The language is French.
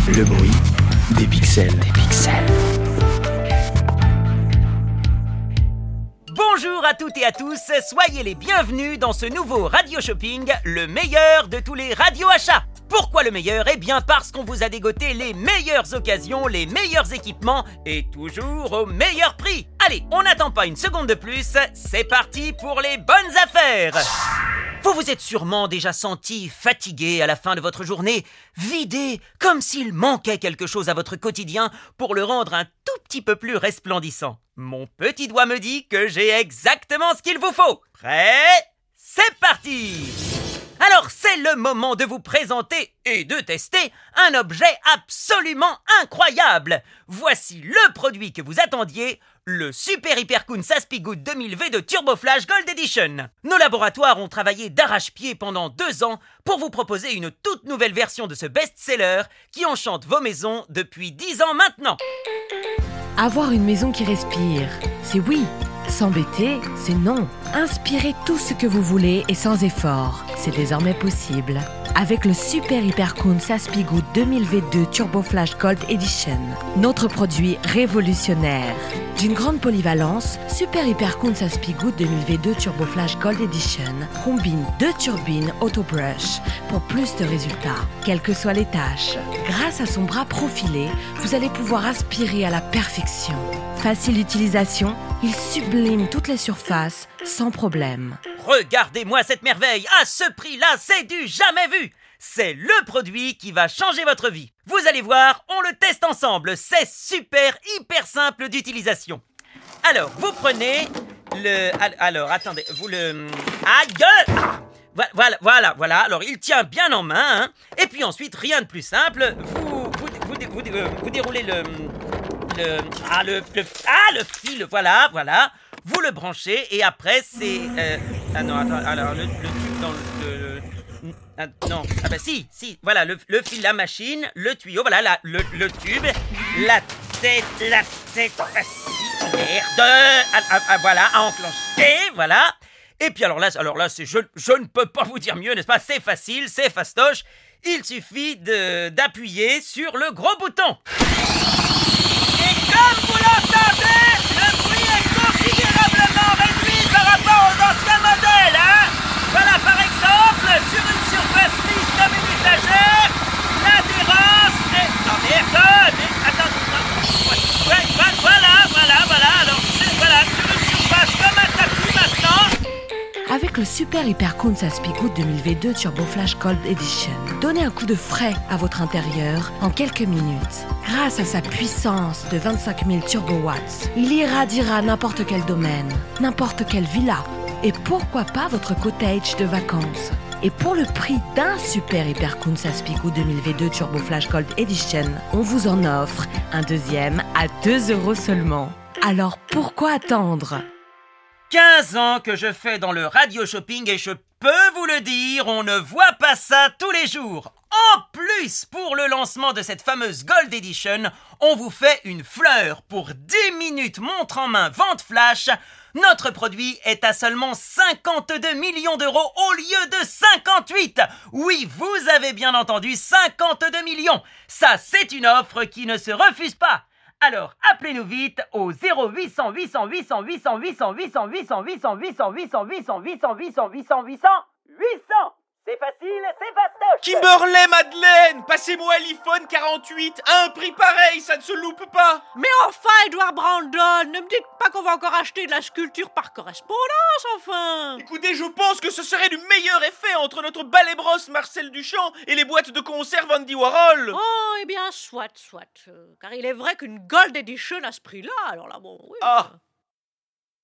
Le bruit des pixels. Bonjour à toutes et à tous, soyez les bienvenus dans ce nouveau Radio Shopping, le meilleur de tous les radio-achats. Pourquoi le meilleur ? Eh bien parce qu'on vous a dégoté les meilleures occasions, les meilleurs équipements et toujours au meilleur prix. Allez, on n'attend pas une seconde de plus, c'est parti pour les bonnes affaires. Vous vous êtes sûrement déjà senti fatigué à la fin de votre journée, vidé, comme s'il manquait quelque chose à votre quotidien pour le rendre un tout petit peu plus resplendissant. Mon petit doigt me dit que j'ai exactement ce qu'il vous faut. Prêt ? C'est parti ! Alors c'est le moment de vous présenter et de tester un objet absolument incroyable. Voici le produit que vous attendiez, le Super Hypercoon Saspigood 2000V de Turbo Flash Gold Edition. Nos laboratoires ont travaillé d'arrache-pied pendant 2 ans pour vous proposer une toute nouvelle version de ce best-seller qui enchante vos maisons depuis 10 ans maintenant. Avoir une maison qui respire, c'est oui. S'embêter, c'est non. Inspirez tout ce que vous voulez et sans effort. C'est désormais possible. Avec le Super Hypercoon Saspigood 2000V2 Turbo Flash Gold Edition. Notre produit révolutionnaire. D'une grande polyvalence, Super Hypercoon Saspigood 2000V2 Turbo Flash Gold Edition combine 2 turbines Autobrush pour plus de résultats, quelles que soient les tâches. Grâce à son bras profilé, vous allez pouvoir aspirer à la perfection. Facile d'utilisation, il sublime toutes les surfaces sans problème. Regardez-moi cette merveille, à ce prix-là, c'est du jamais vu. C'est le produit qui va changer votre vie. Vous allez voir, on le teste ensemble, c'est super, hyper simple d'utilisation. Alors, vous prenez le... Alors, attendez, vous le... Aïe! Voilà, alors il tient bien en main, hein. Et puis ensuite, rien de plus simple, vous déroulez le fil, voilà. Vous le branchez et après c'est... alors le tube dans voilà, le fil, la machine, le tuyau, voilà, le tube, la tête, voilà, à enclencher, voilà. Et puis alors là, je ne peux pas vous dire mieux, n'est-ce pas ? C'est facile, c'est fastoche. Il suffit d'appuyer sur le gros bouton. Et comme vous l'entendez, le bruit est considérablement réduit par rapport aux anciens modèles, hein ? Voilà, par exemple, sur une surface lisse comme une étagère, l'adhérence est... Non mais attends, voilà, alors, voilà, sur une surface comme un tapis maintenant... Avec le Super Hypercoon Saspigood 2000V2 Turbo Flash Gold Edition, donnez un coup de frais à votre intérieur en quelques minutes. Grâce à sa puissance de 25 000 turbowatts, il irradiera n'importe quel domaine, n'importe quelle villa, et pourquoi pas votre cottage de vacances. Et pour le prix d'un Super Hypercoon Saspigood 2000V2 Turbo Flash Gold Edition, on vous en offre un deuxième à 2 € seulement. Alors pourquoi attendre ? 15 ans que je fais dans le radio shopping et je peux vous le dire, on ne voit pas ça tous les jours. En plus, pour le lancement de cette fameuse Gold Edition, on vous fait une fleur. Pour 10 minutes montre en main vente flash, notre produit est à seulement 52 millions d'euros au lieu de 58. Oui, vous avez bien entendu, 52 millions. Ça, c'est une offre qui ne se refuse pas. Alors, appelez-nous vite au 0800 800 800 800 800 800 800 800 800 800 800 800 800 800 800 800. C'est facile, c'est fastoche. Kimberley Madeleine, passez-moi l'iPhone 48 à un prix pareil, ça ne se loupe pas. Mais enfin, Edouard Brandon, ne me dites pas qu'on va encore acheter de la sculpture par correspondance, enfin. Écoutez, je pense que ce serait du meilleur effet entre notre balai brosse Marcel Duchamp et les boîtes de conserve Andy Warhol. Oh, eh bien, soit. Car il est vrai qu'une Gold Edition à ce prix-là, alors là, bon, oui. Ah,